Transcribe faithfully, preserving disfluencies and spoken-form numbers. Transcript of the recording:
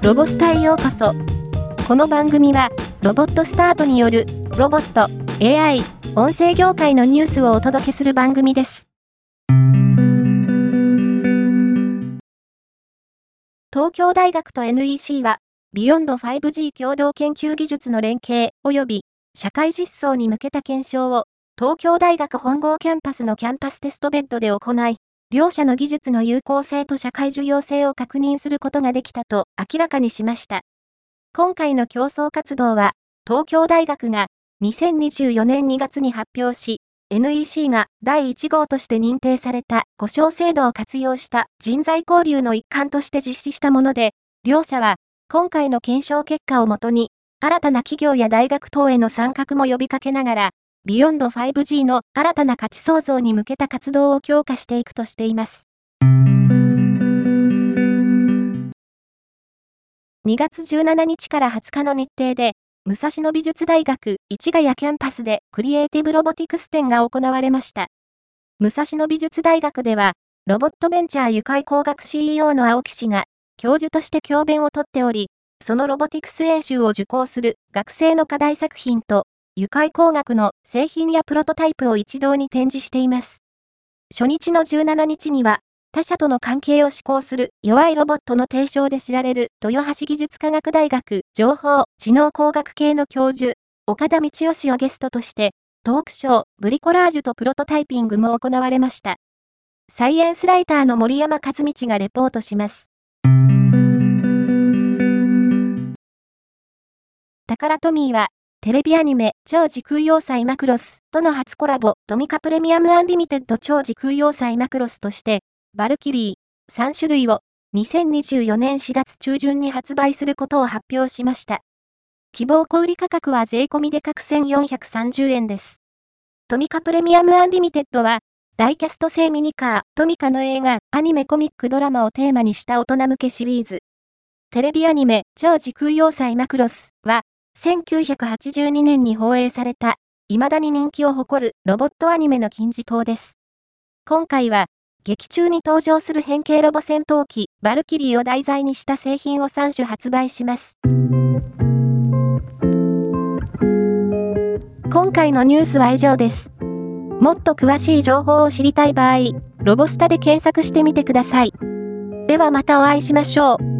ロボスタへようこそ。この番組は、ロボットスタートによる、ロボット、エーアイ、音声業界のニュースをお届けする番組です。東京大学と エヌイーシー は、ビヨンド ファイブジー 共同研究技術の連携及び社会実装に向けた検証を、東京大学本郷キャンパスのキャンパステストベッドで行い、両社の技術の有効性と社会重要性を確認することができたと明らかにしました。今回の競争活動は、東京大学がにせんにじゅうよねんにがつに発表し、エヌイーシー がだいいち号として認定された呼称制度を活用した人材交流の一環として実施したもので、両社は今回の検証結果をもとに、新たな企業や大学等への参画も呼びかけながら、ビヨンド ファイブジー の新たな価値創造に向けた活動を強化していくとしています。にがつじゅうしちにちからはつかの日程で、武蔵野美術大学市ヶ谷キャンパスでクリエイティブロボティクス展が行われました。武蔵野美術大学では、ロボットベンチャー愉快工学 シーイーオー の青木氏が、教授として教鞭をとっており、そのロボティクス演習を受講する学生の課題作品と、愉快工学の製品やプロトタイプを一堂に展示しています。初日のじゅうしちにちには、他社との関係を施行する弱いロボットの提唱で知られる豊橋技術科学大学情報知能工学系の教授、岡田道義をゲストとして、トークショー、ブリコラージュとプロトタイピングも行われました。サイエンスライターの森山和道がレポートします。タカラトミーは、テレビアニメ、超時空要塞マクロスとの初コラボ、トミカプレミアムアンリミテッド超時空要塞マクロスとして、バルキリーさんしゅるいをにせんにじゅうよねんしがつちゅうじゅんに発売することを発表しました。希望小売価格は税込みで各せんよんひゃくさんじゅうえんです。トミカプレミアムアンリミテッドは、大キャスト製ミニカー、トミカの映画、アニメコミックドラマをテーマにした大人向けシリーズ。テレビアニメ、超時空要塞マクロスは、せんきゅうひゃくはちじゅうにねんに放映された、未だに人気を誇るロボットアニメの金字塔です。今回は、劇中に登場する変形ロボ戦闘機、バルキリーを題材にした製品をさんしゅ発売します。今回のニュースは以上です。もっと詳しい情報を知りたい場合、ロボスタで検索してみてください。ではまたお会いしましょう。